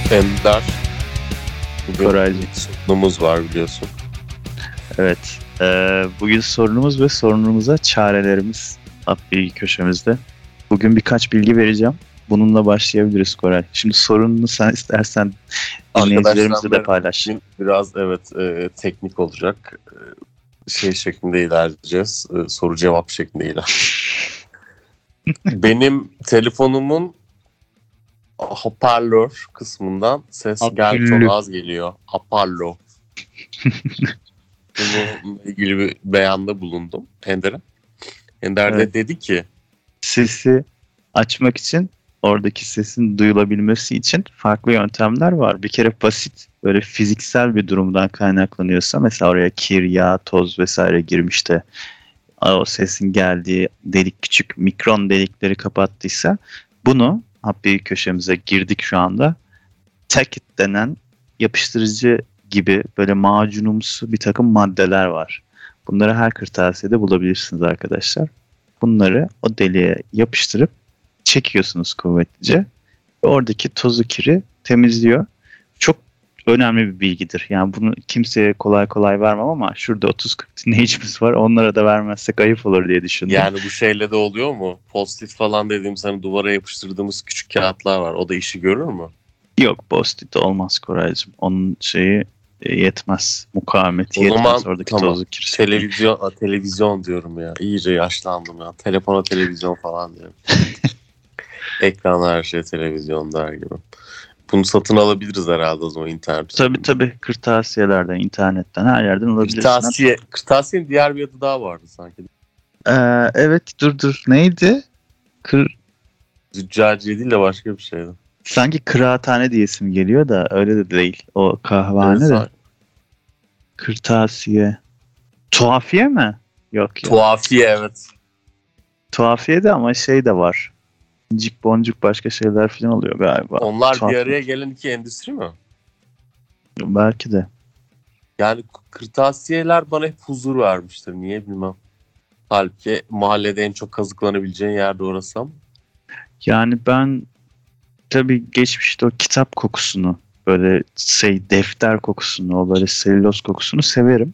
Ender, bugün Koraycığım. sorunumuz var biliyorsun. Evet. Bugün sorunumuz ve sorunumuza çarelerimiz bilgi köşemizde. Bugün birkaç bilgi vereceğim. Bununla başlayabiliriz Koray. Şimdi sorununu sen istersen dinleyicilerimizle de paylaş. Bugün biraz teknik olacak. Şeklinde ilerleyeceğiz. Soru cevap şeklinde ilerleyeceğiz. Benim telefonumun hoparlör kısmından ses çok az geliyor. Hoparlör. Bununla ilgili bir beyanda bulundum Ender'e. Ender de dedi ki sesi açmak için, oradaki sesin duyulabilmesi için farklı yöntemler var. Bir kere basit, böyle fiziksel bir durumdan kaynaklanıyorsa, mesela oraya kir, yağ, toz vesaire girmiş de o sesin geldiği delik küçük mikron delikleri kapattıysa, bunu bir köşemize girdik şu anda. Tackit denen yapıştırıcı gibi böyle macunumsu bir takım maddeler var. Bunları her kırtasiyede bulabilirsiniz arkadaşlar. Bunları o deliğe yapıştırıp çekiyorsunuz kuvvetlice. Ve oradaki tozu, kiri temizliyor. Çok önemli bir bilgidir. Yani bunu kimseye kolay kolay vermem ama şurada 30-40 dinleyicimiz var. Onlara da vermezsek ayıp olur diye düşündüm. Yani bu şeyle de oluyor mu? Post-it falan dediğimiz hani duvara yapıştırdığımız küçük kağıtlar var. O da işi görür mü? Yok, post-it olmaz Koraycığım. Onun şeyi yetmez. Mukavemeti yetmez. O zaman oradaki tamam. tozu, kirisi. Televizyon diyorum ya. İyice yaşlandım ya. Telefona televizyon falan diyorum. Ekran her şey televizyon der gibi. Bunu satın alabiliriz herhalde o zaman internet. Tabii. Kırtasiyelerden, internetten, her yerden alabilirsin. Kırtasiyenin diğer bir adı daha vardı sanki. Evet, dur. Neydi? Züccaciye değil de başka bir şeydi. Sanki kıraathane diye isim geliyor da öyle de değil. O kahvehane evet, de. Kırtasiye. Tuhafiye mi? Yok. Tuhafiye, evet. Tuhafiye de ama şey de var. İncik boncuk başka şeyler falan oluyor galiba. Onlar Tuhafiye. Bir araya gelen iki endüstri mi? Belki de. Yani kırtasiyeler bana hep huzur vermiştir. Niye bilmem. Halbuki mahallede en çok kazıklanabileceğin yerde orası ama. Yani ben tabii geçmişte o kitap kokusunu, böyle defter kokusunu, o böyle selüloz kokusunu severim.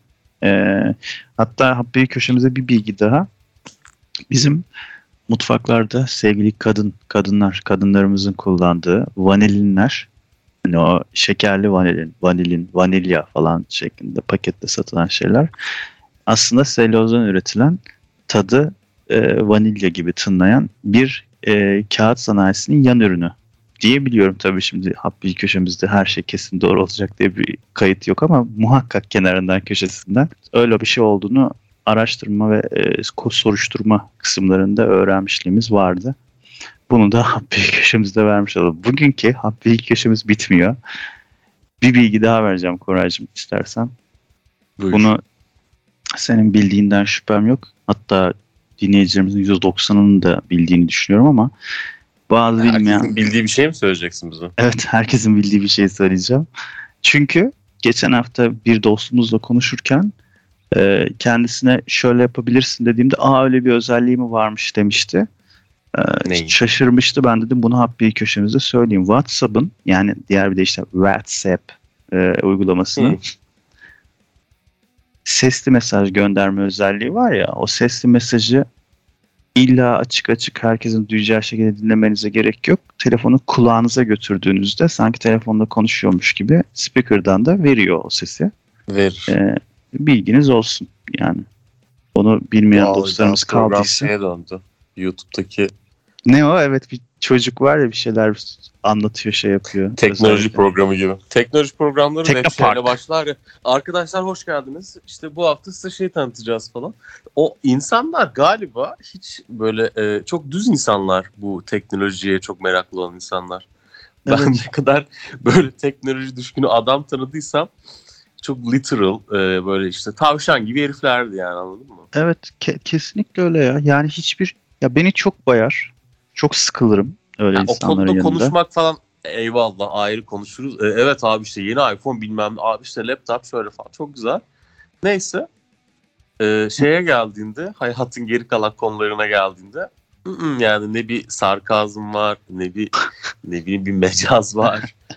Hatta bir köşemize bir bilgi daha. Bizim mutfaklarda sevgili kadınlarımızın kullandığı vanilinler, hani o şekerli vanilin, vanilya falan şeklinde pakette satılan şeyler aslında selülozdan üretilen, tadı vanilya gibi tınlayan bir kağıt sanayisinin yan ürünü diyebiliyorum. Tabii şimdi bir köşemizde her şey kesin doğru olacak diye bir kayıt yok ama muhakkak kenarından köşesinden öyle bir şey olduğunu araştırma ve soruşturma kısımlarında öğrenmişliğimiz vardı. Bunu da bir köşemizde vermiş olalım. Bugünkü bir köşemiz bitmiyor. Bir bilgi daha vereceğim Koraycığım, istersen. Buyur. Bunu senin bildiğinden şüphem yok. Hatta dinleyicilerimizin %90'ının da bildiğini düşünüyorum ama bazı bilmeyen... Herkesin bildiği bir şey mi söyleyeceksin bize? Evet, herkesin bildiği bir şey söyleyeceğim. Çünkü geçen hafta bir dostumuzla konuşurken kendisine şöyle yapabilirsin dediğimde öyle bir özelliği mi varmış demişti. Şaşırmıştı. Ben dedim bunu bir köşemizde söyleyeyim. WhatsApp'ın, yani diğer bir de işte WhatsApp uygulamasının sesli mesaj gönderme özelliği var ya, o sesli mesajı illa açık herkesin duyacağı şekilde dinlemenize gerek yok. Telefonu kulağınıza götürdüğünüzde sanki telefonda konuşuyormuş gibi speaker'dan da veriyor o sesi. Verir. Bilginiz olsun yani. Onu bilmeyen dostlarımız kaldıysa. Şeye döndü. YouTube'daki. Ne o? Evet, bir çocuk var ya, bir şeyler anlatıyor, şey yapıyor. Teknoloji özellikle. Programı gibi. Teknoloji programları da hep şeyle başlar ya. Arkadaşlar hoş geldiniz. İşte bu hafta size şey tanıtacağız falan. O insanlar galiba hiç böyle çok düz insanlar, bu teknolojiye çok meraklı olan insanlar. Evet. Ben ne kadar böyle teknoloji düşkünü adam tanıdıysam çok literal, böyle işte tavşan gibi heriflerdi yani, anladın mı? Evet, kesinlikle öyle ya. Yani beni çok bayar. Çok sıkılırım öyle insanların yanında. O konuda konuşmak falan eyvallah, ayrı konuşuruz. Evet abi, işte yeni iPhone bilmem, abi işte laptop şöyle falan, çok güzel. Neyse, şeye geldiğinde, hayatın geri kalan konularına geldiğinde yani ne bir sarkazm var, ne bir mecaz var.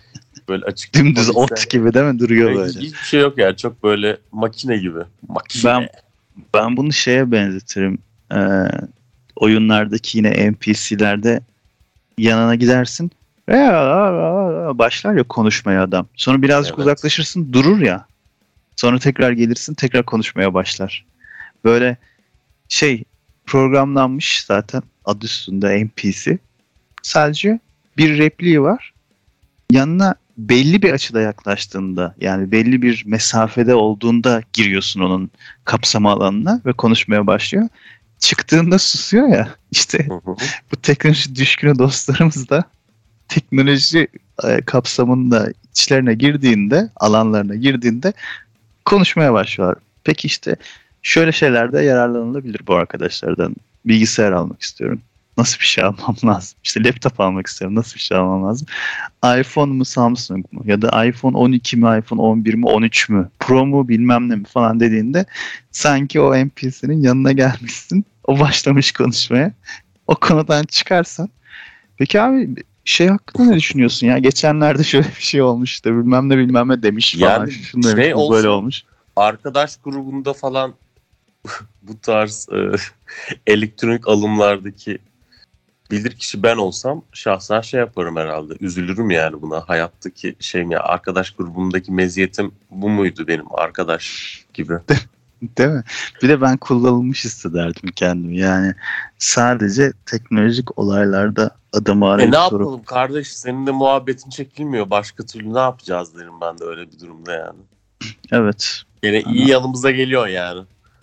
Böyle açık. Dümdüz ot gibi değil mi? Duruyor böyle. Hiçbir şey yok yani. Çok böyle makine gibi. Makine. Ben bunu şeye benzetirim. Oyunlardaki yine NPC'lerde yanına gidersin. Başlar ya konuşmaya adam. Sonra birazcık uzaklaşırsın, durur ya. Sonra tekrar gelirsin, tekrar konuşmaya başlar. Böyle programlanmış zaten adı üstünde NPC. Sadece bir repliği var. Yanına belli bir açıda yaklaştığında, yani belli bir mesafede olduğunda giriyorsun onun kapsama alanına ve konuşmaya başlıyor. Çıktığında susuyor ya. İşte bu teknoloji düşkünü dostlarımız da teknoloji kapsamında içlerine girdiğinde, alanlarına girdiğinde konuşmaya başlıyorlar. Peki işte şöyle şeylerde yararlanılabilir bu arkadaşlardan. Bilgisayar almak istiyorum. Nasıl bir şey almam lazım? İşte laptop almak istiyorum. Nasıl bir şey almam lazım? iPhone mu Samsung mu? Ya da iPhone 12 mi, iPhone 11 mi, 13 mü? Pro mu bilmem ne mi falan dediğinde sanki o NPC'nin yanına gelmişsin. O başlamış konuşmaya. O konudan çıkarsan. Peki abi hakkında ne düşünüyorsun ya? Geçenlerde şöyle bir şey olmuş da bilmem ne demiş falan. Yani şunu demiş, olsun, böyle olmuş. Arkadaş grubunda falan bu tarz elektronik alımlardaki bilirkişi ben olsam şahsen yaparım herhalde. Üzülürüm yani buna. Hayattaki ya arkadaş grubundaki meziyetim bu muydu benim arkadaş gibi. Değil mi? Bir de ben kullanılmış hissederdim kendimi. Yani sadece teknolojik olaylarda adamı arayıp ne yapalım kardeş, senin de muhabbetin çekilmiyor. Başka türlü ne yapacağız derim ben de öyle bir durumda yani. Evet. Yine iyi yanımıza geliyor yani.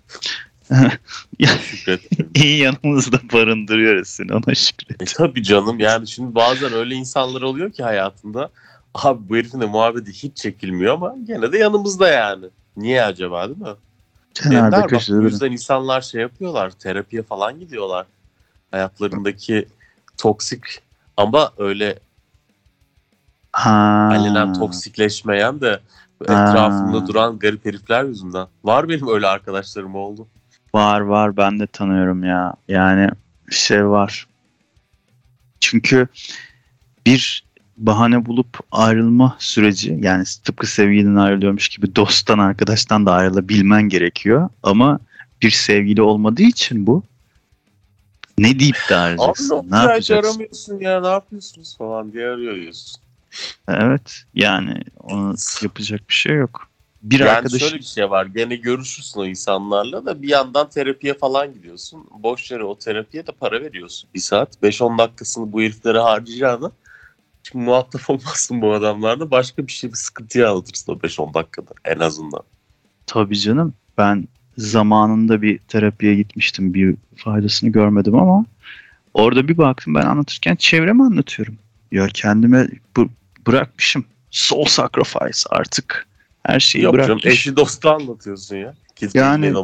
İyi yanımızda barındırıyoruz seni, ona şükret. Tabii canım, yani şimdi bazen öyle insanlar oluyor ki hayatında. Abi bu herifin de muhabbeti hiç çekilmiyor ama gene de yanımızda yani. Niye acaba, değil mi? Kenarda köşede. Bu yüzden insanlar yapıyorlar, terapiye falan gidiyorlar. Hayatlarındaki toksik ama öyle alenen toksikleşmeyen de etrafında duran garip herifler yüzünden. Var benim öyle arkadaşlarım oldu. Var ben de tanıyorum ya. Yani var. Çünkü bir bahane bulup ayrılma süreci, yani tıpkı sevgiliden ayrılıyormuş gibi dosttan, arkadaştan da ayrılabilmen gerekiyor. Ama bir sevgili olmadığı için bu, ne deyip de ayrılacaksın? Abi ne yapacaksın? Aramıyorsun ya, ne yapıyorsunuz falan diye arıyorsun. Evet, yani onu yapacak bir şey yok. Şöyle bir şey var, gene görüşürsün o insanlarla da bir yandan terapiye falan gidiyorsun. Boş yere o terapiye de para veriyorsun. 1 saat 5-10 dakikasını bu heriflere harcayacağına şimdi muhatap olmazsın bu adamlarla, başka bir sıkıntıya anlatırsın o 5-10 dakikada en azından. Tabii canım, ben zamanında bir terapiye gitmiştim, bir faydasını görmedim ama orada bir baktım, ben anlatırken çevreme anlatıyorum. Ya kendime bırakmışım. Soul sacrifice artık. Her şeyi bırakmışım. Canım, eşi dostu anlatıyorsun ya. Yani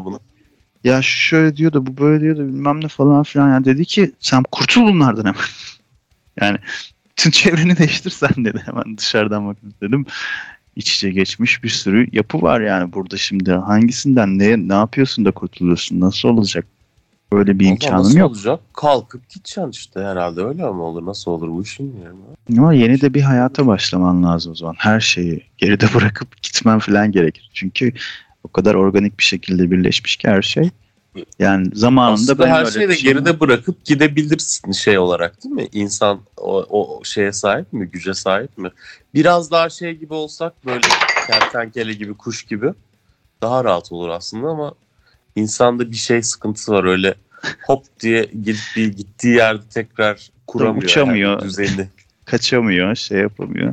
ya şöyle diyor da bu böyle diyor da bilmem ne falan filan. Yani dedi ki sen kurtul bunlardan hemen. Yani tüm çevreni değiştir sen dedi, hemen dışarıdan bakın dedim. İç içe geçmiş bir sürü yapı var yani burada şimdi. Hangisinden ne yapıyorsun da kurtuluyorsun? Nasıl olacak? Böyle bir imkanım nasıl yok. Nasıl olacak? Kalkıp gideceksin işte, herhalde öyle mi olur? Nasıl olur bu işin yani? Ama yeni de bir hayata başlaman lazım o zaman. Her şeyi geride bırakıp gitmen falan gerekir. Çünkü o kadar organik bir şekilde birleşmiş ki her şey. Yani zamanında aslında ben her şeyi de geride bırakıp gidebilirsin olarak, değil mi? İnsan o şeye sahip mi? Güce sahip mi? Biraz daha gibi olsak, böyle kertenkele gibi, kuş gibi daha rahat olur aslında ama insanda bir sıkıntısı var, öyle hop diye gittiği yerde tekrar kuramıyor. Uçamıyor. Yani düzenini. Kaçamıyor, yapamıyor.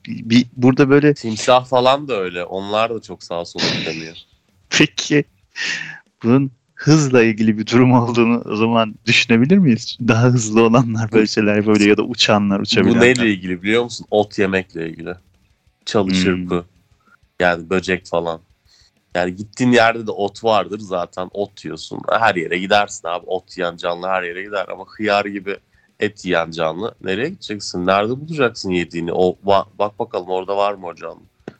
Burada böyle... Timsah falan da öyle. Onlar da çok sağa sola gidemiyor. Peki bunun hızla ilgili bir durum olduğunu o zaman düşünebilir miyiz? Daha hızlı olanlar böyle şeyler yapabiliyor ya da uçanlar, uçabilenler. Bu neyle ilgili biliyor musun? Ot yemekle ilgili. Çalı çırpı. Yani böcek falan. Yani gittiğin yerde de ot vardır zaten, ot yiyorsun. Her yere gidersin abi. Ot yiyen canlı her yere gider ama hıyar gibi et yiyen canlı nereye gideceksin? Nerede bulacaksın yediğini? Bak bakalım orada var mı o canlı?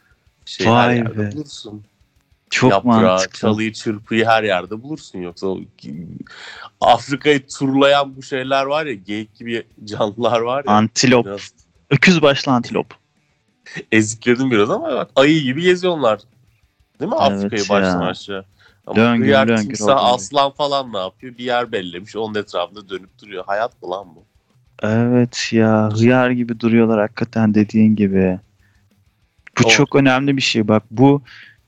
Her yerde bulursun. Çok yaprağı, mantıklı. çalıyı, çırpıyı her yerde bulursun. Yoksa Afrika'yı turlayan bu şeyler var ya, geyik gibi canlılar var ya. Antilop. Öküz başlı antilop. Ezikledim biraz ama bak ayı gibi geziyorlar. Değil mi? Evet Afrika'yı ya. baştan aşağı. Ama Döngür hıyar döngür timsah, oldu. aslan falan ne yapıyor? Bir yer bellemiş. Onun etrafında dönüp duruyor. Hayat mı lan bu? Evet ya, hıyar gibi duruyorlar hakikaten dediğin gibi. Bu O çok önemli bir şey. Bak bu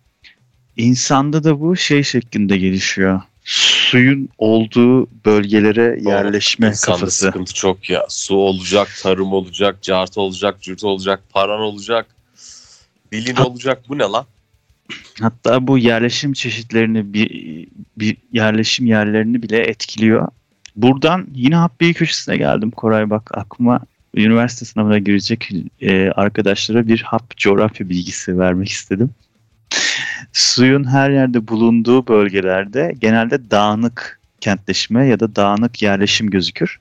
insanda da bu şey şeklinde gelişiyor. Suyun olduğu bölgelere yerleşme insanda kafası. sıkıntı çok ya. Su olacak, tarım olacak, cart olacak, cürt olacak, paran olacak, dilin Hat- olacak. Bu ne lan? Hatta bu yerleşim çeşitlerini bir yerleşim yerlerini bile etkiliyor. Buradan yine Hakkari köşesine geldim Koray, bak aklıma üniversite sınavına girecek arkadaşlara bir hap coğrafya bilgisi vermek istedim. Suyun her yerde bulunduğu bölgelerde genelde dağınık kentleşme ya da dağınık yerleşim gözükür.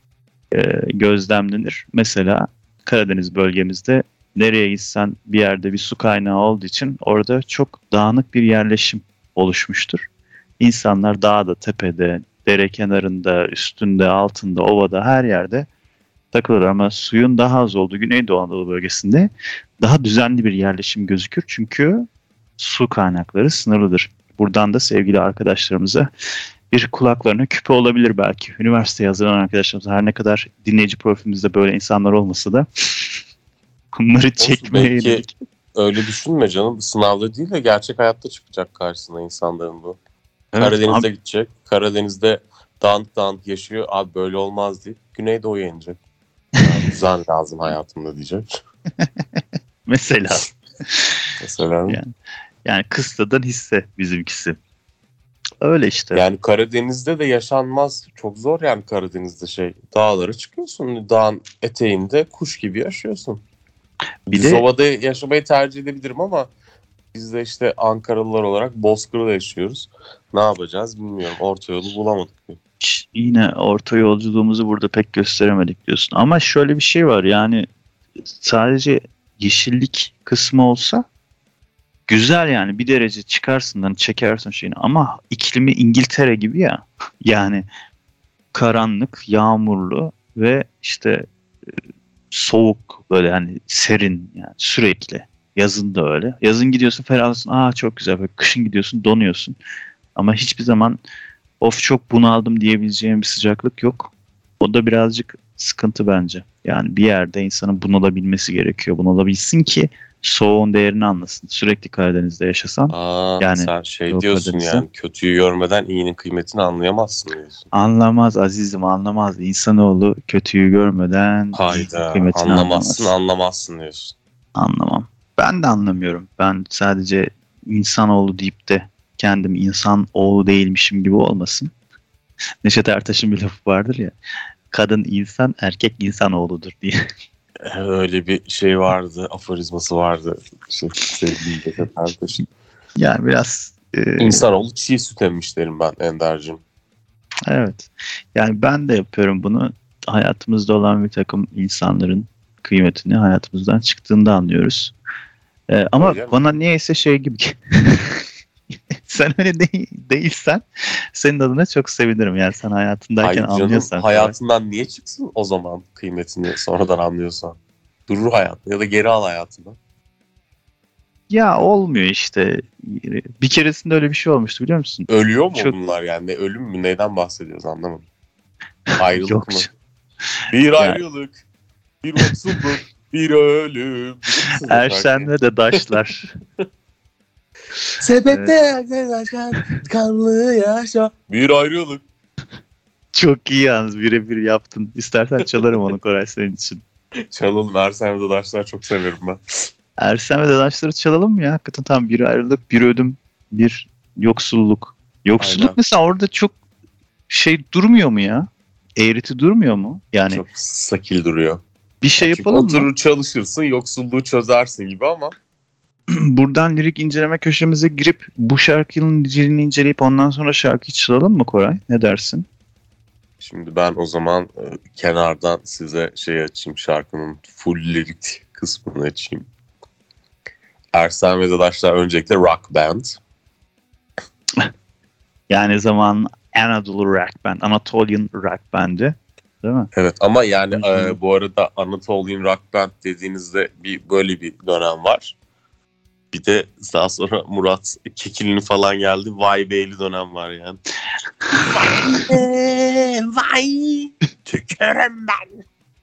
Gözlemlenir. Mesela Karadeniz bölgemizde nereye gitsen bir yerde bir su kaynağı olduğu için orada çok dağınık bir yerleşim oluşmuştur. İnsanlar dağda, tepede, dere kenarında, üstünde, altında, ovada her yerde takılır ama suyun daha az olduğu Güneydoğu Anadolu bölgesinde daha düzenli bir yerleşim gözükür. Çünkü su kaynakları sınırlıdır. Buradan da sevgili arkadaşlarımıza bir kulaklarına küpe olabilir belki. Üniversiteye hazırlanan arkadaşlarımız, her ne kadar dinleyici profilimizde böyle insanlar olmasa da bunları çekmeye belki yönelik. öyle düşünme canım. Sınavda değil de gerçek hayatta çıkacak karşısına insanların bu. Evet, Karadeniz'e gidecek. Karadeniz'de dağınık dağınık yaşıyor. Abi böyle olmaz deyip Güneydoğu'ya inecek. Yani düzen lazım hayatımda diyecek. mesela Mesela. yani kıstadan hisse bizimkisi. Öyle işte. Yani Karadeniz'de de yaşanmaz. Çok zor yani Karadeniz'de dağlara çıkıyorsun. Dağın eteğinde kuş gibi yaşıyorsun. Bir Biz de ovada yaşamayı tercih edebilirim ama biz de işte Ankaralılar olarak Bozkır'da yaşıyoruz. Ne yapacağız bilmiyorum. Orta yolu bulamadık. yine orta yolculuğumuzu burada pek gösteremedik diyorsun. Ama şöyle bir şey var, yani sadece yeşillik kısmı olsa güzel, yani bir derece çıkarsın, hani çekersin şeyini, ama iklimi İngiltere gibi ya, yani karanlık, yağmurlu ve işte soğuk, böyle hani serin, yani sürekli. Yazın da öyle. Yazın gidiyorsun ferahlıyorsun, aa çok güzel. Böyle kışın gidiyorsun donuyorsun. Ama hiçbir zaman of çok bunaldım diyebileceğim bir sıcaklık yok. O da birazcık sıkıntı bence. Yani bir yerde insanın bunalabilmesi gerekiyor. Bunalabilsin ki soğuğun değerini anlasın. Sürekli Karadeniz'de yaşasan, yani Sen Doğu diyorsun Karadeniz'de, yani kötüyü görmeden iyinin kıymetini anlayamazsın diyorsun. anlamaz azizim, anlamaz. İnsanoğlu kötüyü görmeden iyinin Hayda kıymetini anlamazsın anlamaz. anlamazsın diyorsun. Anlamam. Ben de anlamıyorum. Ben sadece insanoğlu deyip de kendim insan oğlu değilmişim gibi olmasın. Neşet Ertaş'ın bir lafı vardır ya. Kadın insan, erkek insan oğludur diye. Öyle bir şey vardı, aforizması vardı. Sevgili Neşet Ertaş'ın. Yani biraz İnsanoğlu çiğ süt emmiş derim ben Ender'cim. evet. Yani ben de yapıyorum bunu. Hayatımızda olan bir takım insanların kıymetini hayatımızdan çıktığında anlıyoruz. Ama Öyle mi? bana niyeyse şey gibi sen öyle değilsen senin adına çok sevinirim. Yani sen hayatındayken Hayır canım anlıyorsan. hayatından niye çıksın o zaman kıymetini sonradan anlıyorsan? Durur hayatında ya da geri al hayatından. Ya olmuyor işte. Bir keresinde öyle bir şey olmuştu, biliyor musun? Ölüyor mu Çok bunlar yani? Ölüm mü? Neyden bahsediyoruz anlamadım. Ayrılık yok. mı? Bir Yani ayrılık, bir yoksulluk, bir ölüm. Bilir misiniz o şarkıyı? Erşen ve de Daşlar. Sepette arkadaşlar kanlı yaşa. Bir ayrılık. Çok iyi yalnız, birebir yaptın. İstersen çalarım onu Koray senin için. Çalalım. Ersen ve Daşlar çok severim ben. Ersen ve de Daşlar'ı çalalım mı ya? Hakikaten tam bir ayrılık, bir ödüm, bir yoksulluk. Yoksulluk Aynen. mesela orada çok şey durmuyor mu ya? Eğriti durmuyor mu? Yani Çok sakil duruyor. bir şey Çünkü yapalım mı? oturur çalışırsın, yoksulluğu çözersin gibi ama Buradan lirik inceleme köşemize girip bu şarkının liriğini inceleyip ondan sonra şarkıyı çalalım mı Koray? Ne dersin? şimdi ben o zaman kenardan size açayım, şarkının full lirik kısmını açayım. Ersen ve Dadaşlar öncelikle rock band. Yani zaman Anadolu Rock Band, Anatolian Rock Band'i. Değil mi? Evet ama yani bu arada Anatolian Rock Band dediğinizde böyle bir dönem var. Bir de daha sonra Murat Kekilli falan geldi. Vay beyli dönem var yani. Vay tükürüm ben.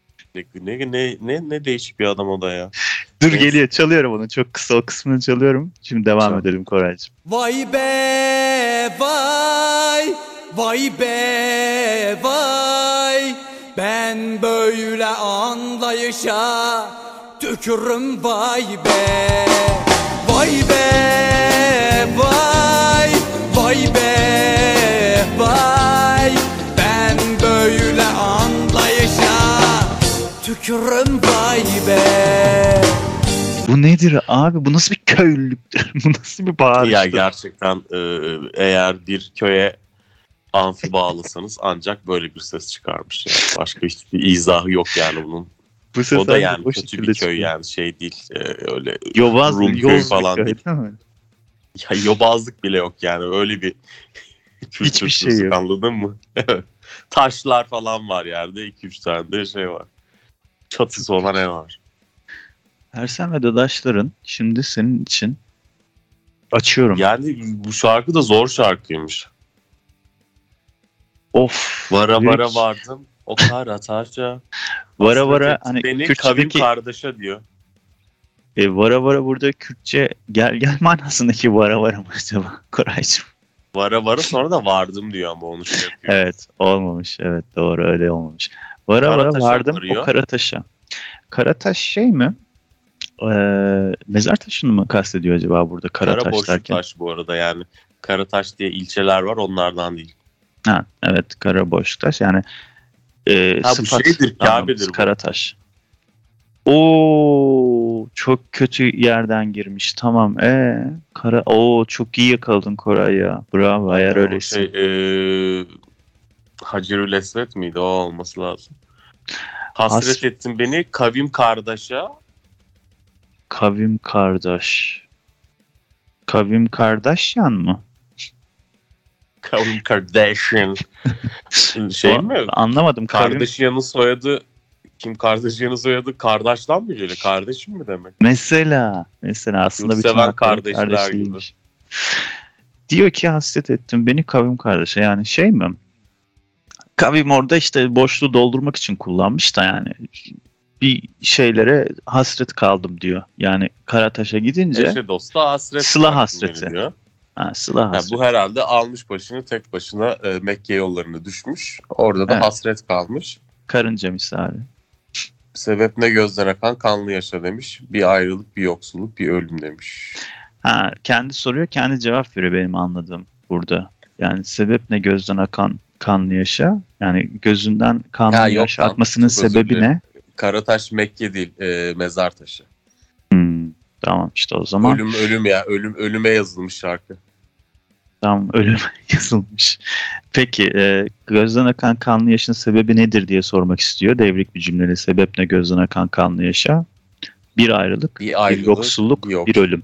Ne değişik bir adam o da ya. Dur geliyor, çalıyorum onu. Çok kısa o kısmını çalıyorum. Şimdi devam edelim Koraycığım. Vay be vay, vay be vay. Ben böyle anlayışa tükürüm vay be. Vay be vay, vay be vay. Ben böyle anlayışa tükürüm vay be. Bu nedir abi? Bu nasıl bir köylülüktür? Bu nasıl bir bağırıştır? Ya gerçekten eğer bir köye amfi bağlasanız ancak böyle bir ses çıkarmış. Yani. Başka hiçbir izahı yok yani bunun. Bu ses o da yani o kötü bir köy çıkıyor. yani şey değil. Öyle Yobaz, Rum köy falan değil. Değil mi? Ya yobazlık bile yok yani öyle bir hiçbir şey yok. Anladın mı? Taşlar falan var yerde 2-3 tane de şey var. Çatısı olan ev var. Ersen ve Dadaşların şimdi senin için açıyorum. Yani bu şarkı da zor şarkıymış. Of. Vara vara vardım o kara taşa. Vara vara hani beni kavim kardeşe diyor. Vara vara burada Kürtçe gel manasındaki vara vara mı acaba Koraycığım? Vara vara sonra da vardım diyor ama onu şey yapıyor. Evet olmamış. Evet doğru öyle olmamış. Vara Karataş'a vara vardım varıyor. o Karataş'a. Karataş şey mi? Mezar taşını mı kastediyor acaba burada Karataş derken? Taş bu arada yani. Karataş diye ilçeler var onlardan değil. Ha evet Karaboştaş yani sıfat. Bu şeydir Kabe'dir bu. Karataş. Oo çok kötü yerden girmiş. Tamam. Çok iyi yakaladın Koray ya. Bravo eğer öyleyse. Hacerül Esved miydi? O olması lazım. Hasret ettin beni kavim kardeşa. Kavim kardeş. Kavim Kardashian mı? Kavim Kardashian. Şey mi? Anlamadım. Kardashian'ın soyadı Kim Kardashian'ın soyadı kardeşten mi geliyor? Kardeşim mi demek? Mesela aslında bütün seven kardeşler gibi. Diyor ki hasret ettim beni kavim kardeşe yani şey mi? Kavim orada işte boşluğu doldurmak için kullanmış da yani bir şeylere hasret kaldım diyor. Yani Karataş'a gidince eşe dosta hasret. Sıla hasreti. Sıla hasreti. Bu herhalde almış başını tek başına Mekke yollarına düşmüş. Orada da hasret kalmış. Karınca misali. Sebep ne gözden akan kanlı yaşa demiş. Bir ayrılık, bir yoksulluk, bir ölüm demiş. Kendi soruyor, kendi cevap veriyor benim anladığım burada. Yani sebep ne gözden akan kanlı yaşa? Yani gözünden kanlı yaş akmasının sebebi ne? Karataş Mekke değil, mezar taşı. Tamam işte o zaman. Ölüme yazılmış şarkı. Tamam ölüme yazılmış. Peki gözden akan kanlı yaşın sebebi nedir diye sormak istiyor. Devrik bir cümleyle sebep ne gözden akan kanlı yaşa? Bir ayrılık, bir yoksulluk, bir ölüm.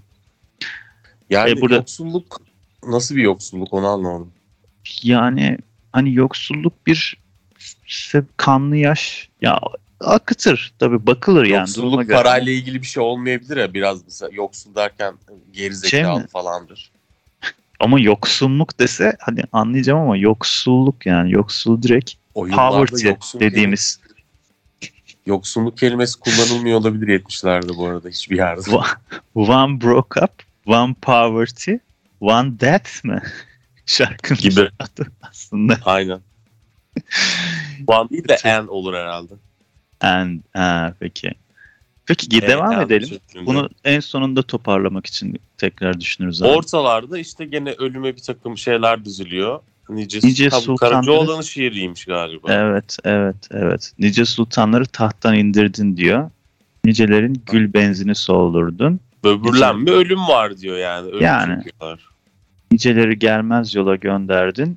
Yani burada yoksulluk nasıl bir yoksulluk onu anlamadım. Yani hani yoksulluk bir kanlı yaş ya akıtır tabii bakılır yani. Yoksulluk parayla ilgili bir şey olmayabilir ya biraz mesela yoksul derken gerizekalı falandır. Ama yoksulluk dese hani anlayacağım ama yoksulluk yani yoksul direkt poverty dediğimiz. Yoksulluk kelimesi kullanılmıyor olabilir 70'lerde bu arada hiçbir yerde. One broke up, one poverty, one death mi? Şarkının gibi adı aslında. Aynen. One değil de an olur herhalde. Peki. Peki devam edelim. Bunu en sonunda toparlamak için tekrar düşünürüz. Ortalarda işte gene ölüme bir takım şeyler diziliyor. Nice Karacaoğlan'ın şiiriymiş galiba. Evet. Nice sultanları tahttan indirdin diyor. Nicelerin gül benzini soldurdun. Böbürlenme ölüm var diyor yani. Yani. Niceleri gelmez yola gönderdin.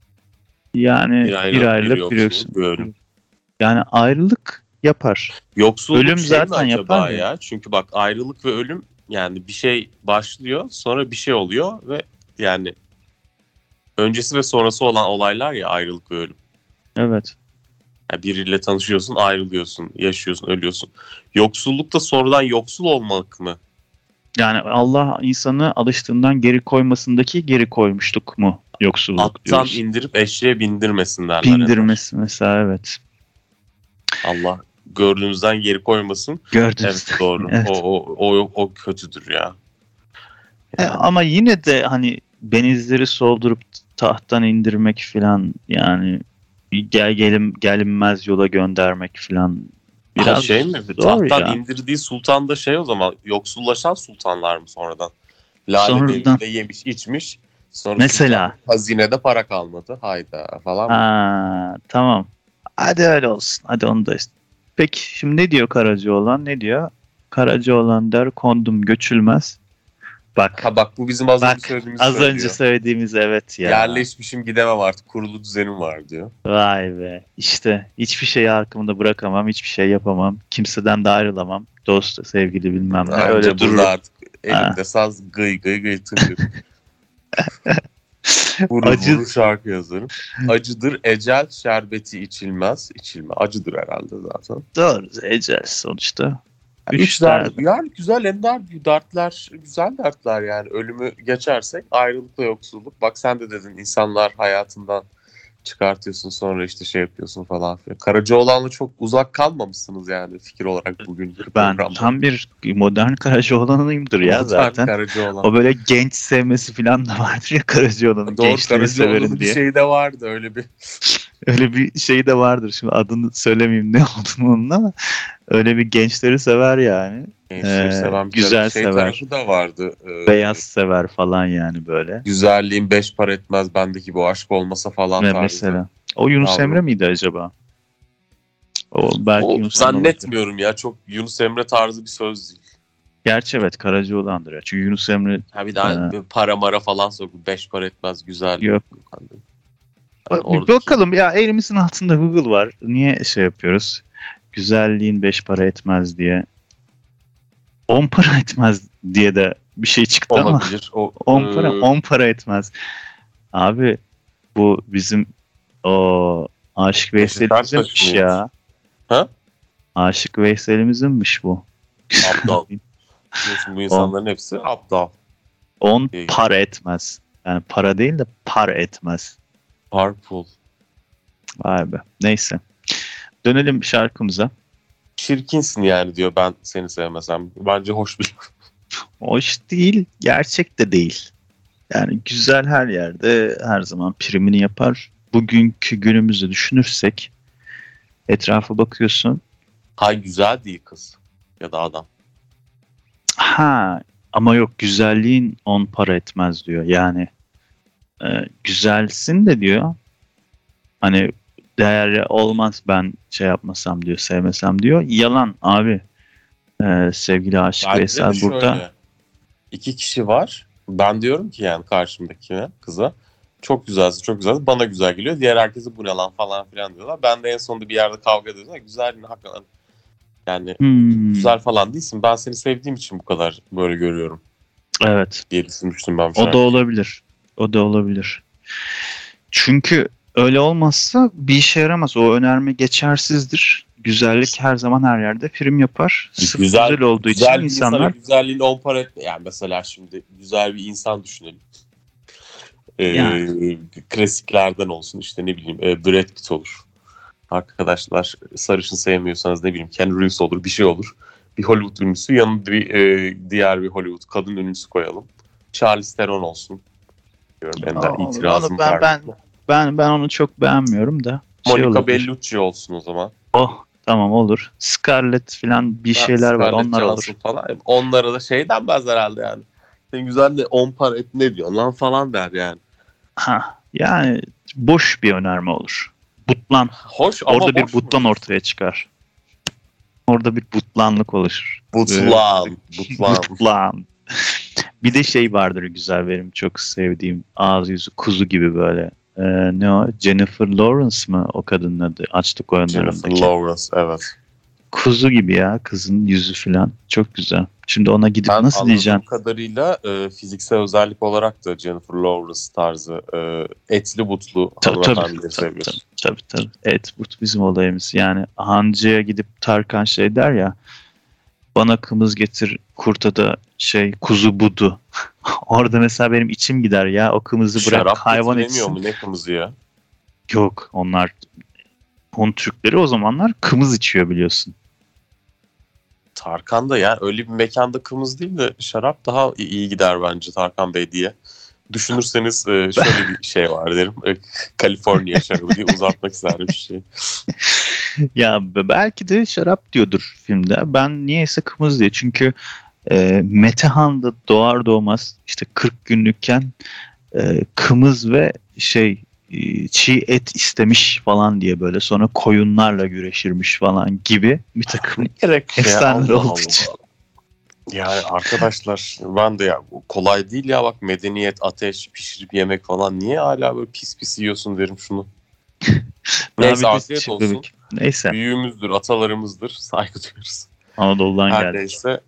Yani bir ayrılık bir ölüm. Yani ayrılık yapar. Yoksulluk ölüm zaten yapar ya. Çünkü bak ayrılık ve ölüm yani bir şey başlıyor sonra bir şey oluyor ve yani öncesi ve sonrası olan olaylar ya ayrılık ve ölüm. Evet. Yani biriyle tanışıyorsun, ayrılıyorsun, yaşıyorsun, ölüyorsun. Yoksullukta sonradan yoksul olmak mı? Yani Allah insanı alıştığından geri koymasındaki geri koymuşluk mu yoksulluk Attan diyoruz. indirip eşeğe bindirmesin derler. Bindirmesi mesela, evet. Allah gördüğünüzden geri koymasın. Gördünüz. Evet, doğru. Evet. O kötüdür ya. Yani. Ama yine de hani benizleri soldurup tahttan indirmek falan, yani gelinmez yola göndermek falan. Biraz şey mi? zor Tahttan ya. indirdiği sultan da o zaman yoksullaşan sultanlar mı sonradan? Lale Sonradan. devrinde yemiş içmiş. Sonra Mesela. Hazinede para kalmadı. Hayda falan. Ha, tamam. Hadi öyle olsun. Hadi onu da işte. Peki şimdi ne diyor Karacaoğlan? Ne diyor? Karacaoğlan der kondum göçülmez. Bak bu bizim az önce bak söylediğimiz az söylüyor. önce söylediğimiz, evet ya. Yerleşmişim gidemem artık. Kurulu düzenim var diyor. Vay be. İşte hiçbir şeyi arkamda bırakamam. Hiçbir şey yapamam. Kimseden de ayrılamam. Dost, sevgili bilmem ne. Anca Öyle durur. burada artık elimde saz gıy tıngır. Vurur şarkı yazarım. Acıdır ecel şerbeti içilmez. Acıdır herhalde zaten. Doğru. Ecel sonuçta. Üç dert. Yani güzel ender dertler. Güzel dertler yani. Ölümü geçersek ayrılıkla yoksulluk. Bak sen de dedin insanlar hayatından çıkartıyorsun sonra işte şey yapıyorsun falan filan. Karacaoğlan'la çok uzak kalmamışsınız yani fikir olarak bugün. Ben tam bir modern Karacaoğlan'ıyımdır ya zaten. Karacaoğlan. O böyle genç sevmesi falan da vardır ya Karacaoğlan'ın. Gençleri severim diye. Bir şey de vardı öyle bir. Öyle bir şey de vardır. Şimdi adını söylemeyeyim ne olduğunu onun, ama öyle bir gençleri sever yani. Gençleri seven güzel şey sever. tarafı da vardı. Beyaz sever falan yani böyle. Güzelliğin 5 para etmez bendeki bu aşk olmasa falan Ve tarzı. mesela. O Yunus Emre miydi acaba? Belki Yunus zannetmiyorum ya. Çok Yunus Emre tarzı bir söz değil. Gerçi evet Karacaoğlan'dır ya. Çünkü Yunus Emre... Bir daha para mara falan sokup 5 para etmez güzel. Yok. Bir bakalım ya, elimizin altında Google var. Niye şey yapıyoruz? Güzelliğin 5 para etmez diye. 10 para etmez diye de bir şey çıktı olabilir. Ama 10 para etmez. Abi bu bizim o Aşık Veysel'imizinmiş ya. Ha? Aşık Veysel'imizinmiş bu. Aptal. Biliyorsun bu insanların hepsi aptal. 10 para etmez. Yani para değil de par etmez. Parpul. Vay be. Neyse. Dönelim şarkımıza. Çirkinsin yani diyor ben seni sevmesem. Bence hoş bir. Hoş değil. Gerçek de değil. Yani güzel her yerde her zaman primini yapar. Bugünkü günümüzü düşünürsek etrafa bakıyorsun. Güzel değil kız. Ya da adam. Ama yok, güzelliğin 10 para etmez diyor. Yani güzelsin de diyor. Hani değerli olmaz ben şey yapmasam diyor, sevmesem diyor. Yalan abi. Sevgili Aşık Veysel burada. Şöyle, 2 kişi var. Ben diyorum ki yani karşımdakine, kıza çok güzelsin. Bana güzel geliyor. Diğer herkese bu ne lan falan filan diyorlar. Ben de en sonunda bir yerde kavga ediyorlar. Güzelliğini hakikaten yani güzel falan değilsin. Ben seni sevdiğim için bu kadar böyle görüyorum. Evet. Diye düşünmüştüm ben. O da olabilir. Çünkü öyle olmazsa bir işe yaramaz. O önerme geçersizdir. Güzellik her zaman her yerde prim yapar. Güzel olduğu için insanlar... Güzelliğin 10 para etme. Yani mesela şimdi güzel bir insan düşünelim. Klasiklerden olsun işte ne bileyim Brad Pitt olur. Arkadaşlar sarışın sevmiyorsanız ne bileyim Ken Reeves olur, bir şey olur. Bir Hollywood ünlüsü yanında diğer bir Hollywood kadın ünlüsü koyalım. Charlize Theron olsun. Diyorum ben de itirazım var. Ben onu çok beğenmiyorum da. Monica Bellucci olsun o zaman. Tamam olur. Scarlett falan bir şeyler var, onlar olur. Falan. Onlara da şey denmez herhalde yani. Sen güzel de 10 para et ne diyor lan falan der yani. Yani boş bir önerme olur. Butlan. Hoş ama orada bir butlan ortaya çıkar. Orada bir butlanlık oluşur. Butlan. Bir de şey vardır güzel, benim çok sevdiğim, ağzı yüzü kuzu gibi böyle. Ne o? Jennifer Lawrence mı o kadının adı? Açlık Oyunları'ndaki. Jennifer Lawrence, evet. Kuzu gibi ya, kızın yüzü falan. Çok güzel. Şimdi ona gidip Ben nasıl diyeceğim? anladığım kadarıyla fiziksel özellik olarak da Jennifer Lawrence tarzı etli butlu hanımefendileri seviyorsun. Tabii. Evet, bu bizim olayımız. Yani hancıya gidip Tarkan şey der ya, bana kımız getir kurta da kuzu budu. Orada mesela benim içim gider ya, o kımızı bırak Şarap hayvan getiremiyor içsin. mu? Ne kımızı ya? Yok, onlar Hun Türkleri o zamanlar kımız içiyor biliyorsun. Tarkan da yani öyle bir mekanda kımız değil de şarap daha iyi gider bence Tarkan Bey diye. Düşünürseniz şöyle bir şey var derim. Kaliforniya şarabı diye uzatmak isterim bir şey. Ya belki de şarap diyordur filmde. Ben niyeyse kımız diye. Çünkü Metehan da doğar doğmaz işte 40 günlükken kımız ve çiğ et istemiş falan diye, böyle sonra koyunlarla güreşirmiş falan gibi bir takım efsaneler olduğu için. Yani arkadaşlar ben de ya kolay değil ya, bak medeniyet, ateş, pişirip yemek falan, niye hala böyle pis pis yiyorsun derim şunu. Neyse afiyet olsun. Neyse. Büyüğümüzdür, atalarımızdır, saygı duyuyoruz. Anadolu'dan her geldik. Neyse.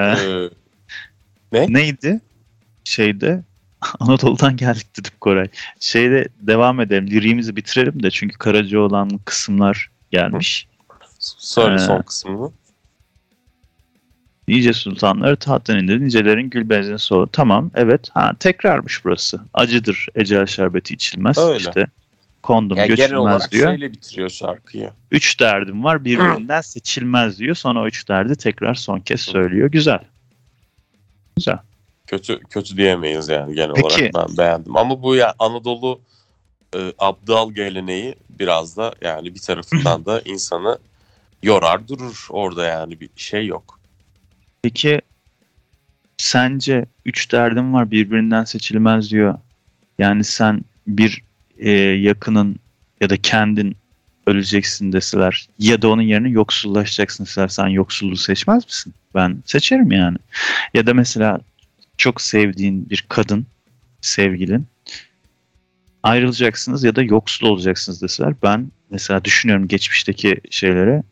Ne? Neydi? Anadolu'dan geldik dedik Koray. Devam edelim. Liriğimizi bitirelim de çünkü Karacaoğlan kısımlar gelmiş. Söyle son kısmını. Nice sultanları tahttan indir, nicelerin gül benzin soğur. Tamam, evet. Tekrarmış burası. Acıdır ecel şerbeti içilmez. Öyle. İşte kondom Yani genel göçülmez olarak diyor. şeyle bitiriyor şarkıyı. 3 derdim var, birbirinden seçilmez diyor. Sonra o 3 derdi tekrar son kez söylüyor. Güzel. Kötü diyemeyiz yani genel Peki. olarak, ben beğendim. Ama bu ya Anadolu abdal geleneği biraz da yani bir tarafından da insanı yorar durur orada, yani bir şey yok. Peki sence 3 derdim var, birbirinden seçilmez diyor. Yani sen bir yakının ya da kendin öleceksin deseler ya da onun yerine yoksullaşacaksın deseler, sen yoksulluğu seçmez misin? Ben seçerim yani. Ya da mesela çok sevdiğin bir kadın, sevgilin, ayrılacaksınız ya da yoksul olacaksınız deseler, ben mesela düşünüyorum geçmişteki şeylere,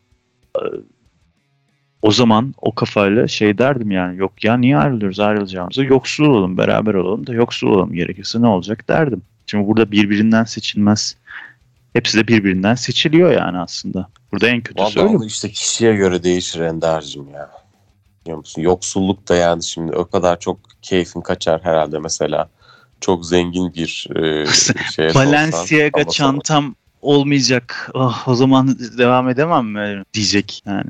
o zaman o kafayla derdim yani, yok ya niye ayrılacağımıza yoksul olalım, beraber olalım da yoksul olalım, gerekirse ne olacak derdim. Şimdi burada birbirinden seçilmez. Hepsi de birbirinden seçiliyor yani aslında. Burada en kötüsü öyle. Vallahi işte kişiye göre değişir Ender'cim ya. Biliyor musun? Yoksulluk da yani şimdi o kadar çok keyfin kaçar herhalde mesela. Çok zengin bir şeye Balenciaga çantam olmayacak. Oh, o zaman devam edemem mi diyecek yani.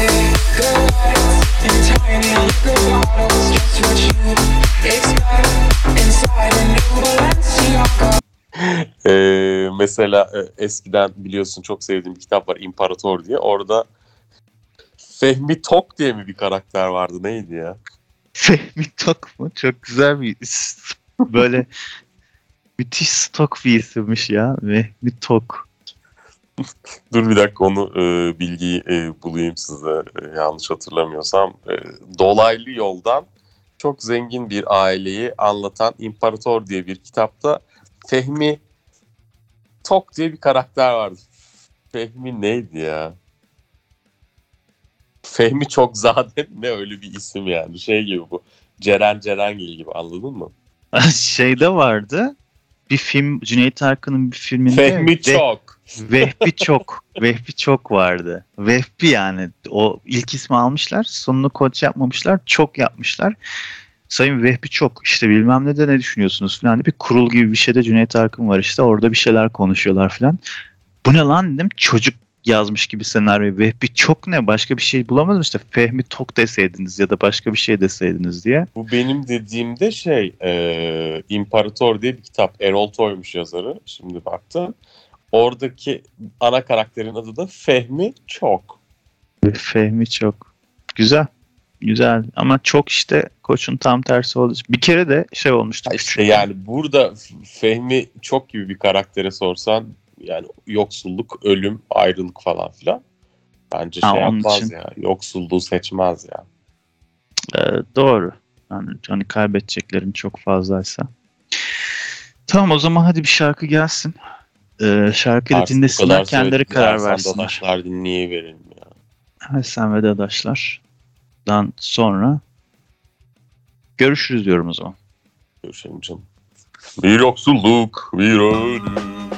Mesela eskiden biliyorsun çok sevdiğim bir kitap var, İmparator diye. Orada Fehmi Tok diye mi bir karakter vardı, neydi ya? Fehmi Tok mu? Çok güzel bir böyle müthiş stok bir isimmiş ya. Fehmi Tok. Dur bir dakika, onu bilgiyi bulayım size, yanlış hatırlamıyorsam. Dolaylı yoldan çok zengin bir aileyi anlatan İmparator diye bir kitapta Fehmi Tok diye bir karakter vardı. Fehmi neydi ya? Fehmi Çokzade ne, öyle bir isim yani. Şey gibi bu. Cerengil gibi, anladın mı? Vardı. Bir film, Cüneyt Arkın'ın bir filminde Fehmi Çok. Vehbi Çok vardı. Vehbi yani. O ilk ismi almışlar. Sonunu koç yapmamışlar. Çok yapmışlar. Sayın Vehbi Çok, işte bilmem ne de ne düşünüyorsunuz falan. Bir kurul gibi bir şeyde Cüneyt Arkın var işte. Orada bir şeyler konuşuyorlar falan. Bu ne lan dedim. Çocuk yazmış gibi senaryo. Vehbi Çok ne? Başka bir şey bulamadım işte. Fehmi Tok deseydiniz ya da başka bir şey deseydiniz diye. Bu benim dediğimde İmparator diye bir kitap. Erol Toy'muş yazarı. Şimdi baktım. Oradaki ana karakterin adı da Fehmi Çok. Fehmi Çok. Güzel. Güzel ama çok işte Koç'un tam tersi oldu. Bir kere de olmuştu. İşte yani burada Fehmi Çok gibi bir karaktere sorsan yani yoksulluk, ölüm, ayrılık falan filan. Bence yapmaz için... ya. Yoksulluğu seçmez ya. Doğru. Yani hani kaybedeceklerin çok fazlaysa. Tamam, o zaman hadi bir şarkı gelsin. Şarkıyı da dinlesinler, kendileri karar versinler. Dadaşlar dinleyeverelim ya. Hasan ve Dadaşlar'dan sonra Görüşürüz diyorum o zaman. Görüşelim canım. Bir yoksulluk, bir ölüm.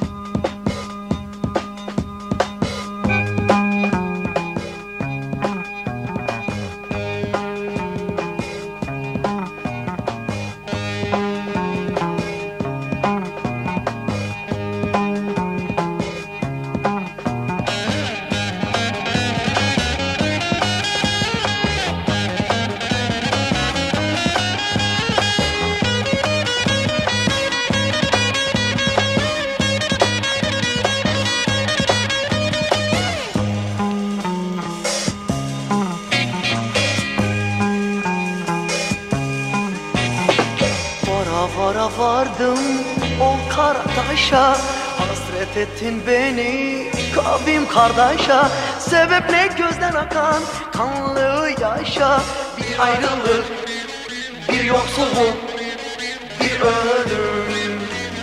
Vardım o Karataş'a, hasret ettin beni kavim kardeşa. Sebep ne gözden akan kanlı yaşa? Bir ayrılık, bir yoksulluk, bir ölüm.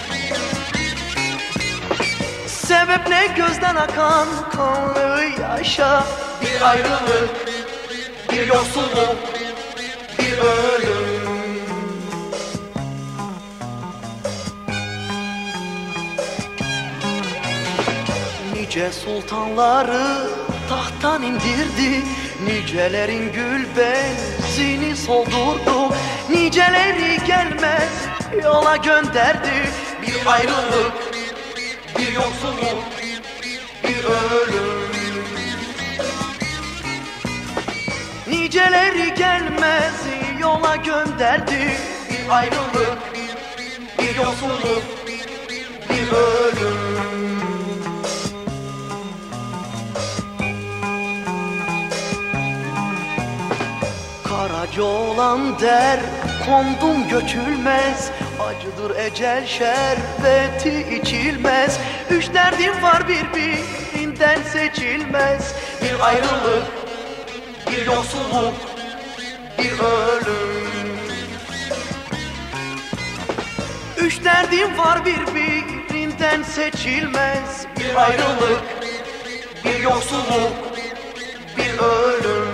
Sebep ne gözden akan kanlı yaşa? Bir ayrılık, bir yoksulluk, bir ölüm. Nice sultanları tahttan indirdi, nicelerin gül benzini soldurdu. Niceleri gelmez yola gönderdi, bir ayrılık, bir yoksulluk, bir ölüm. Niceleri gelmez yola gönderdi, bir ayrılık, bir yoksulluk, bir ölüm. Karaca olan der, kondum göçülmez. Acıdır ecel şerbeti içilmez. Üç derdim var birbirinden seçilmez. Bir ayrılık, bir yoksulluk, bir ölüm. Üç derdim var birbirinden seçilmez. Bir ayrılık, bir yoksulluk, bir ölüm.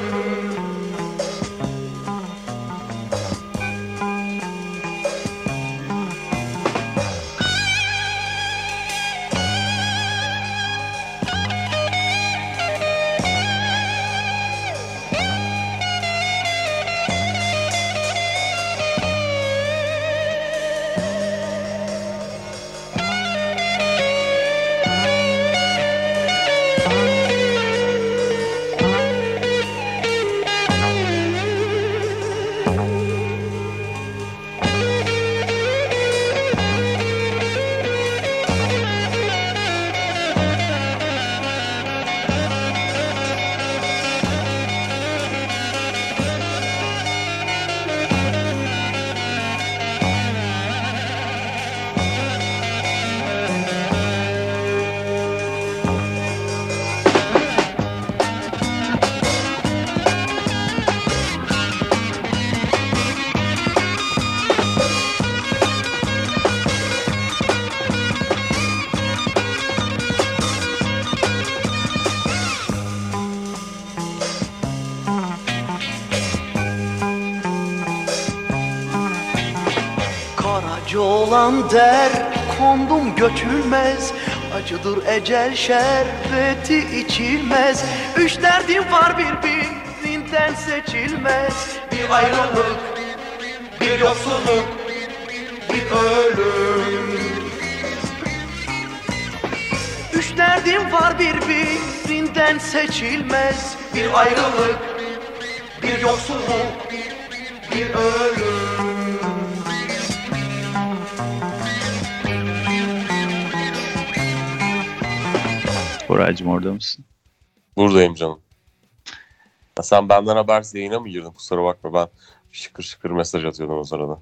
Karaca olan der, kondum göçülmez. Acıdır ecel şerbeti içilmez. Üç derdim var birbirinden seçilmez. Bir ayrılık, bir yoksulluk, bir ölüm. Üç derdim var birbirinden seçilmez. Bir ayrılık, bir yoksulluk, bir ölüm. Koraycığım orada mısın? Buradayım canım. Ya sen benden habersiz yayına mı girdin? Kusura bakma, ben şıkır şıkır mesaj atıyordum o sırada.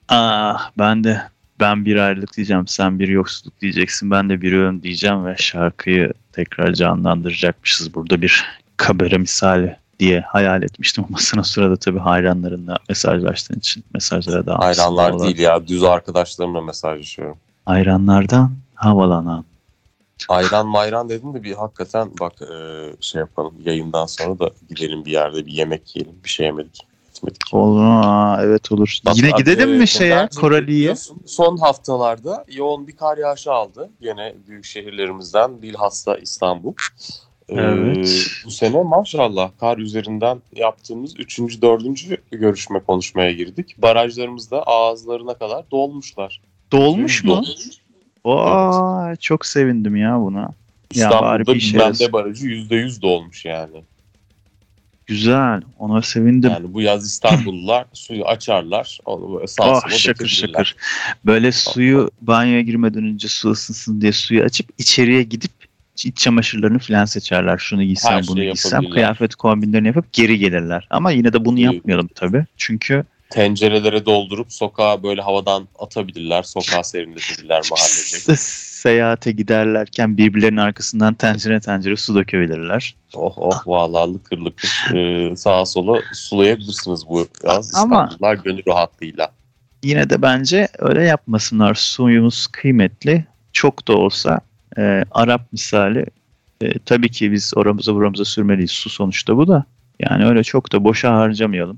Ben bir ayrılık diyeceğim, sen bir yoksulluk diyeceksin, ben de bir ölüm diyeceğim ve şarkıyı tekrar canlandıracakmışız burada bir kabare misali diye hayal etmiştim ama sen o sırada tabii hayranlarınla mesajlaştığın için mesajlara da Hayranlar değil ya, düz arkadaşlarımla mesajlaşıyorum. Hayranlardan havalanan. Ayran mayran dedim de bir hakikaten bak şey yapalım, yayından sonra da gidelim bir yerde bir yemek yiyelim. Bir şey yemedik. gitmedik. Evet olur. Bak, Yine gidelim mi Ender'cim, Korali'ye? biliyorsun, son haftalarda yoğun bir kar yağışı aldı. Yine büyük şehirlerimizden bilhassa İstanbul. Evet. Bu sene maşallah kar üzerinden yaptığımız 3. 4. görüşme konuşmaya girdik. Barajlarımız da ağızlarına kadar dolmuşlar. Dolmuş mu? Evet. Çok sevindim ya buna. Ya İstanbul'da bari bir işe Bilmem yarasın. ne barajı %100 dolmuş yani. Güzel. Ona sevindim. Yani bu yaz İstanbullular suyu açarlar. Onu böyle sağa sola Şakır dökebilirler. şakır. Böyle suyu banyoya girmeden önce su ısınsın diye suyu açıp içeriye gidip iç çamaşırlarını falan seçerler. Şunu giysem, Her bunu şeyi giysem. yapabilirler. Kıyafet kombinlerini yapıp geri gelirler. Ama yine de bunu Evet. yapmayalım tabii. Çünkü Tencerelere doldurup sokağa böyle havadan atabilirler. Sokağa serinletebilirler mahallede. seyahate giderlerken birbirlerinin arkasından tencere su dökebilirler. Vallahi lıkır lıkır sağa sola sulayabilirsiniz bu yaz Ama- İstanbullular gönül rahatlığıyla. Yine de bence öyle yapmasınlar. Suyumuz kıymetli. Çok da olsa Arap misali tabii ki biz oramıza buramıza sürmeliyiz. Su sonuçta bu da. Yani öyle çok da boşa harcamayalım.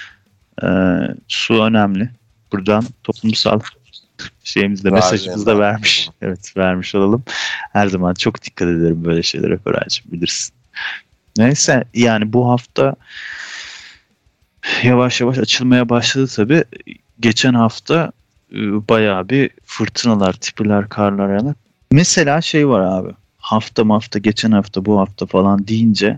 Su önemli. Buradan toplumsal şeyimizde mesajımızı da vermiş. Evet, vermiş olalım. Her zaman çok dikkat ederim böyle şeylere Koraycığım, bilirsin. Neyse yani bu hafta yavaş yavaş açılmaya başladı tabii. Geçen hafta bayağı bir fırtınalar, tipiler, karlar yağar. Mesela şey var abi. Hafta, geçen hafta, bu hafta falan deyince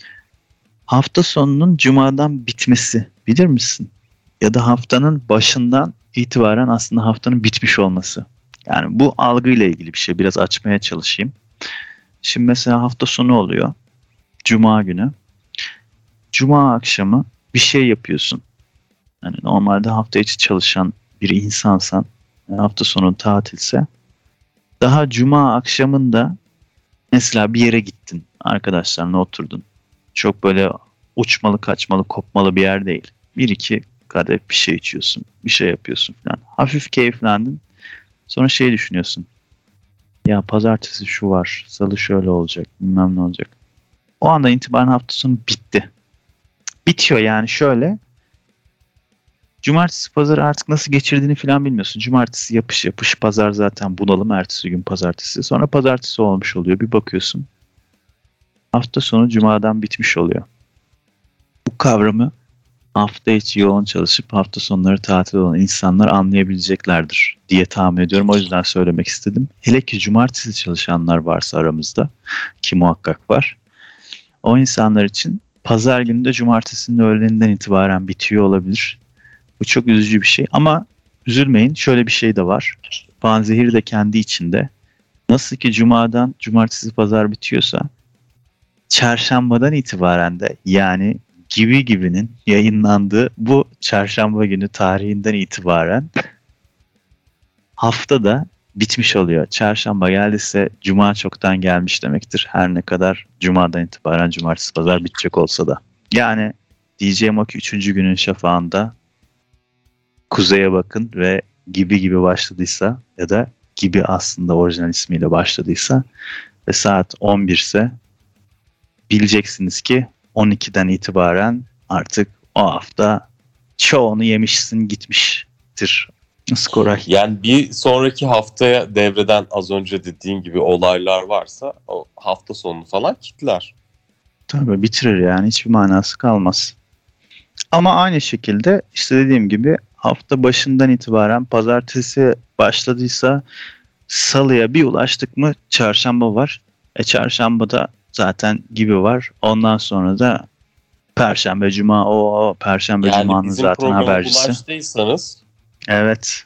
hafta sonunun cumadan bitmesi bilir misin? Ya da haftanın başından itibaren aslında haftanın bitmiş olması. Yani bu algıyla ilgili bir şey. Biraz açmaya çalışayım. Şimdi mesela hafta sonu oluyor. Cuma günü. Cuma akşamı bir şey yapıyorsun. Yani normalde hafta içi çalışan bir insansan, hafta sonu tatilse, daha cuma akşamında mesela bir yere gittin, arkadaşlarla oturdun. Çok böyle uçmalı, kaçmalı, kopmalı bir yer değil. Bir iki kadeh bir şey içiyorsun, bir şey yapıyorsun falan. Hafif keyiflendin. Sonra şey düşünüyorsun. Ya pazartesi şu var, salı şöyle olacak, bilmem ne olacak. O andan itibaren hafta sonu bitti. Bitiyor yani şöyle. Cumartesi pazarı artık nasıl geçirdiğini falan bilmiyorsun. Cumartesi yapış yapış, pazar zaten bunalım, ertesi gün pazartesi. Sonra pazartesi olmuş oluyor. Bir bakıyorsun hafta sonu cumadan bitmiş oluyor. Bu kavramı hafta içi yoğun çalışıp hafta sonları tatil olan insanlar anlayabileceklerdir diye tahmin ediyorum. O yüzden söylemek istedim. Hele ki cumartesi çalışanlar varsa aramızda, ki muhakkak var. O insanlar için pazar günü de cumartesinin öğleninden itibaren bitiyor olabilir. Bu çok üzücü bir şey ama üzülmeyin, şöyle bir şey de var. Panzehir de kendi içinde. Nasıl ki cumadan cumartesi pazar bitiyorsa, çarşambadan itibaren de yani Gibi'nin yayınlandığı bu çarşamba günü tarihinden itibaren hafta da bitmiş oluyor. Çarşamba geldiyse cuma çoktan gelmiş demektir. Her ne kadar cumadan itibaren cumartesi pazar bitecek olsa da. Yani diyeceğim o ki 3. günün şafağında kuzeye bakın ve gibi başladıysa ya da gibi aslında orijinal ismiyle başladıysa ve saat 11 ise bileceksiniz ki 12'den itibaren artık o hafta çoğunu yemişsin gitmiştir. Nasıl Koray? Yani bir sonraki haftaya devreden az önce dediğin gibi olaylar varsa o hafta sonunu falan kitler. Tabii bitirir yani, hiçbir manası kalmaz. Ama aynı şekilde işte dediğim gibi hafta başından itibaren pazartesi başladıysa salıya bir ulaştık mı çarşamba var. Çarşambada zaten gibi var. Ondan sonra da perşembe, cuma, o perşembe, Yani cumanın bizim zaten programa habercisi. ulaştıysanız Evet.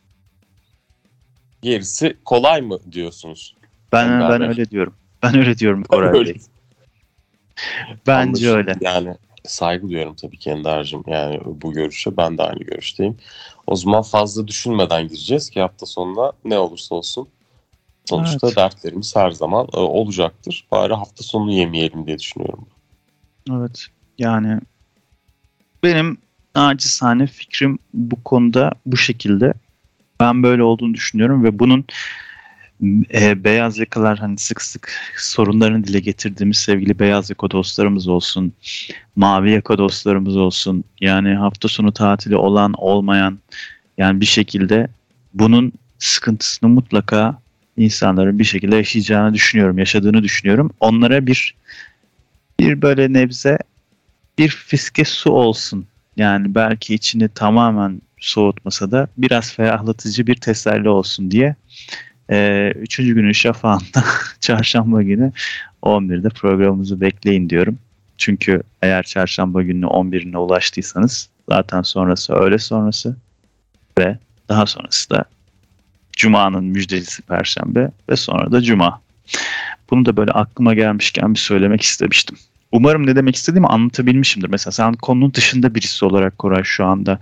gerisi kolay mı diyorsunuz? Ben öyle diyorum. Ben öyle diyorum Koray Öyle. Bey. Bence Anlaşıldı. öyle. Yani saygı duyuyorum tabii ki Ender'cim. Yani bu görüşe ben de aynı görüşteyim. O zaman fazla düşünmeden gireceğiz ki hafta sonuna ne olursa olsun. Sonuçta Evet. dertlerimiz her zaman olacaktır. Bari hafta sonu yemeyelim diye düşünüyorum. Evet. Yani benim nacizane fikrim bu konuda bu şekilde. Ben böyle olduğunu düşünüyorum ve bunun beyaz yakalar hani sık sık sorunlarını dile getirdiğimiz sevgili beyaz yaka dostlarımız olsun, mavi yaka dostlarımız olsun, yani hafta sonu tatili olan olmayan, yani bir şekilde bunun sıkıntısını mutlaka insanların bir şekilde yaşayacağını düşünüyorum, yaşadığını düşünüyorum. Onlara bir böyle nebze bir fiske su olsun. Yani belki içini tamamen soğutmasa da biraz ferahlatıcı bir teselli olsun diye 3. günün şafağında çarşamba günü 11'de programımızı bekleyin diyorum. Çünkü eğer çarşamba günü 11'ine ulaştıysanız zaten sonrası öğle sonrası ve daha sonrası da Cuma'nın müjdelisi Perşembe ve sonra da Cuma. Bunu da böyle aklıma gelmişken bir söylemek istemiştim. Umarım ne demek istediğimi anlatabilmişimdir. Mesela sen konunun dışında birisi olarak Koray şu anda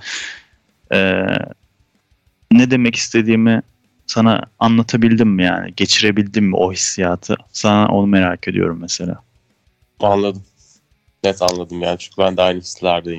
ne demek istediğimi sana anlatabildim mi yani? Geçirebildim mi o hissiyatı? Sana onu merak ediyorum mesela. Anladım. Net anladım yani çünkü ben de aynı hislerdeyim.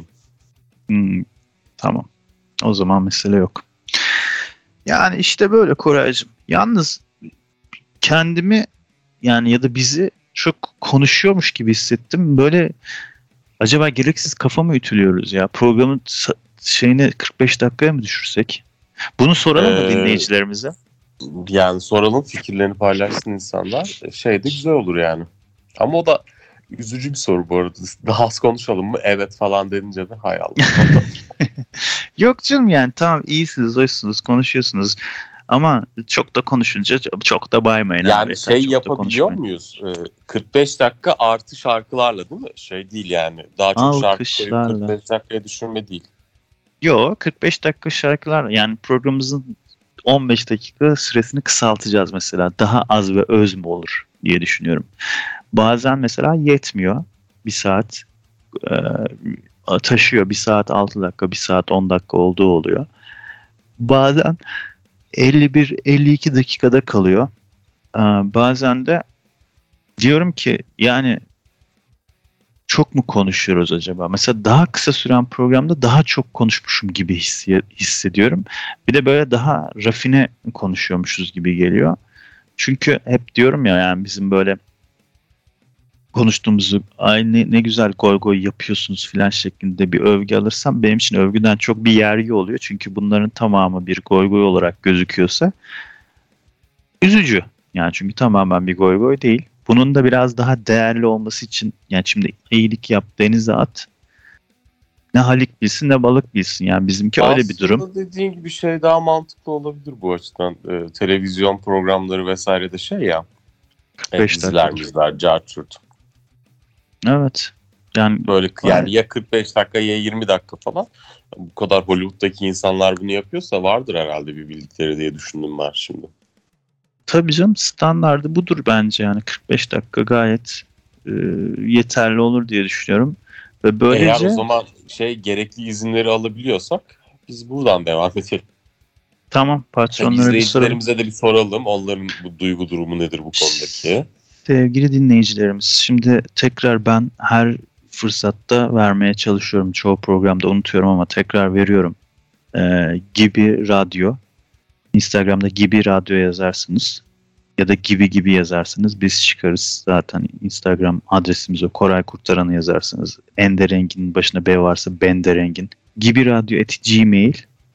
Tamam. O zaman mesele yok. Yani işte böyle Koraycığım. Yalnız kendimi yani ya da bizi çok konuşuyormuş gibi hissettim. Böyle acaba gereksiz kafa mı ütülüyoruz ya? Programın şeyini 45 dakikaya mı düşürsek? Bunu soralım mı dinleyicilerimize? Yani soralım, fikirlerini paylaşsın insanlar. Şey de güzel olur yani. Ama o da üzücü bir soru bu arada. Daha az konuşalım mı? Evet falan denince de hay Allah. Yok canım yani tamam iyisiniz, hoşsunuz, konuşuyorsunuz. Ama çok da konuşunca çok da baymayın. Yani abi. şey yapabiliyor muyuz? 45 dakika artı şarkılarla değil mi? Şey değil yani. Daha çok şarkı koyup 45 dakikaya düşürme değil. Yok 45 dakika şarkılar yani programımızın 15 dakika süresini kısaltacağız mesela. Daha az ve öz mü olur diye düşünüyorum. Bazen mesela yetmiyor. Bir saat taşıyor. Bir saat 6 dakika, bir saat 10 dakika olduğu oluyor. Bazen 51-52 dakikada kalıyor. Bazen de diyorum ki yani çok mu konuşuyoruz acaba? Mesela daha kısa süren programda daha çok konuşmuşum gibi hissediyorum. Bir de böyle daha rafine konuşuyormuşuz gibi geliyor. Çünkü hep diyorum ya yani bizim böyle konuştuğumuzu ay ne güzel goy goy yapıyorsunuz filan şeklinde bir övgü alırsam benim için övgüden çok bir yergi oluyor. Çünkü bunların tamamı bir goy goy olarak gözüküyorsa üzücü. Yani çünkü tamamen bir goy goy değil. Bunun da biraz daha değerli olması için yani şimdi iyilik yap denize at. Ne halik bilsin ne balık bilsin. Yani bizimki öyle bir durum. Aslında dediğin gibi şey daha mantıklı olabilir bu açıdan. Televizyon programları vesaire de şey ya. 45 diziler, carçurt. Evet. Yani böyle yani ya 45 dakika ya 20 dakika falan. Bu kadar Hollywood'daki insanlar bunu yapıyorsa vardır herhalde bir bildikleri diye düşündüm ben şimdi. Tabii canım standardı budur bence yani 45 dakika gayet yeterli olur diye düşünüyorum. Ve böylece eğer o zaman gerekli izinleri alabiliyorsak biz buradan devam edelim. Tamam patronlara izleyicilerimize de bir soralım. Onların bu duygu durumu nedir bu konudaki? Sevgili dinleyicilerimiz şimdi tekrar ben her fırsatta vermeye çalışıyorum. Çoğu programda unutuyorum ama tekrar veriyorum. Gibi Radyo. Instagram'da Gibi Radyo yazarsınız. Ya da gibi yazarsınız. Biz çıkarız. Zaten Instagram adresimiz o. Koray Kurtaran'ı yazarsınız. Enderengin başına B varsa Benderengin. gibiradyo@gmail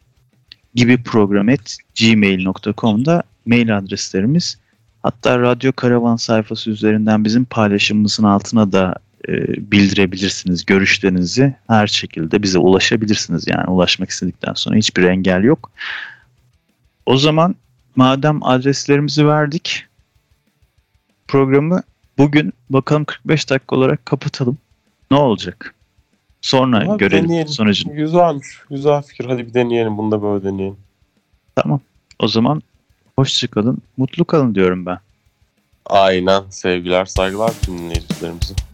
gibiprogram@gmail.com'da mail adreslerimiz. Hatta Radyo Karavan sayfası üzerinden bizim paylaşımımızın altına da bildirebilirsiniz görüşlerinizi. Her şekilde bize ulaşabilirsiniz. Yani ulaşmak istedikten sonra hiçbir engel yok. O zaman madem adreslerimizi verdik, programı bugün bakalım 45 dakika olarak kapatalım. Ne olacak? Sonra ya, görelim deneyelim. sonucunu. Güzelmiş. Güzel fikir. Hadi bir deneyelim. Bunu da böyle deneyelim. Tamam. O zaman hoşça kalın, mutlu kalın diyorum ben. Aynen. Sevgiler, saygılar dinleyicilerimize.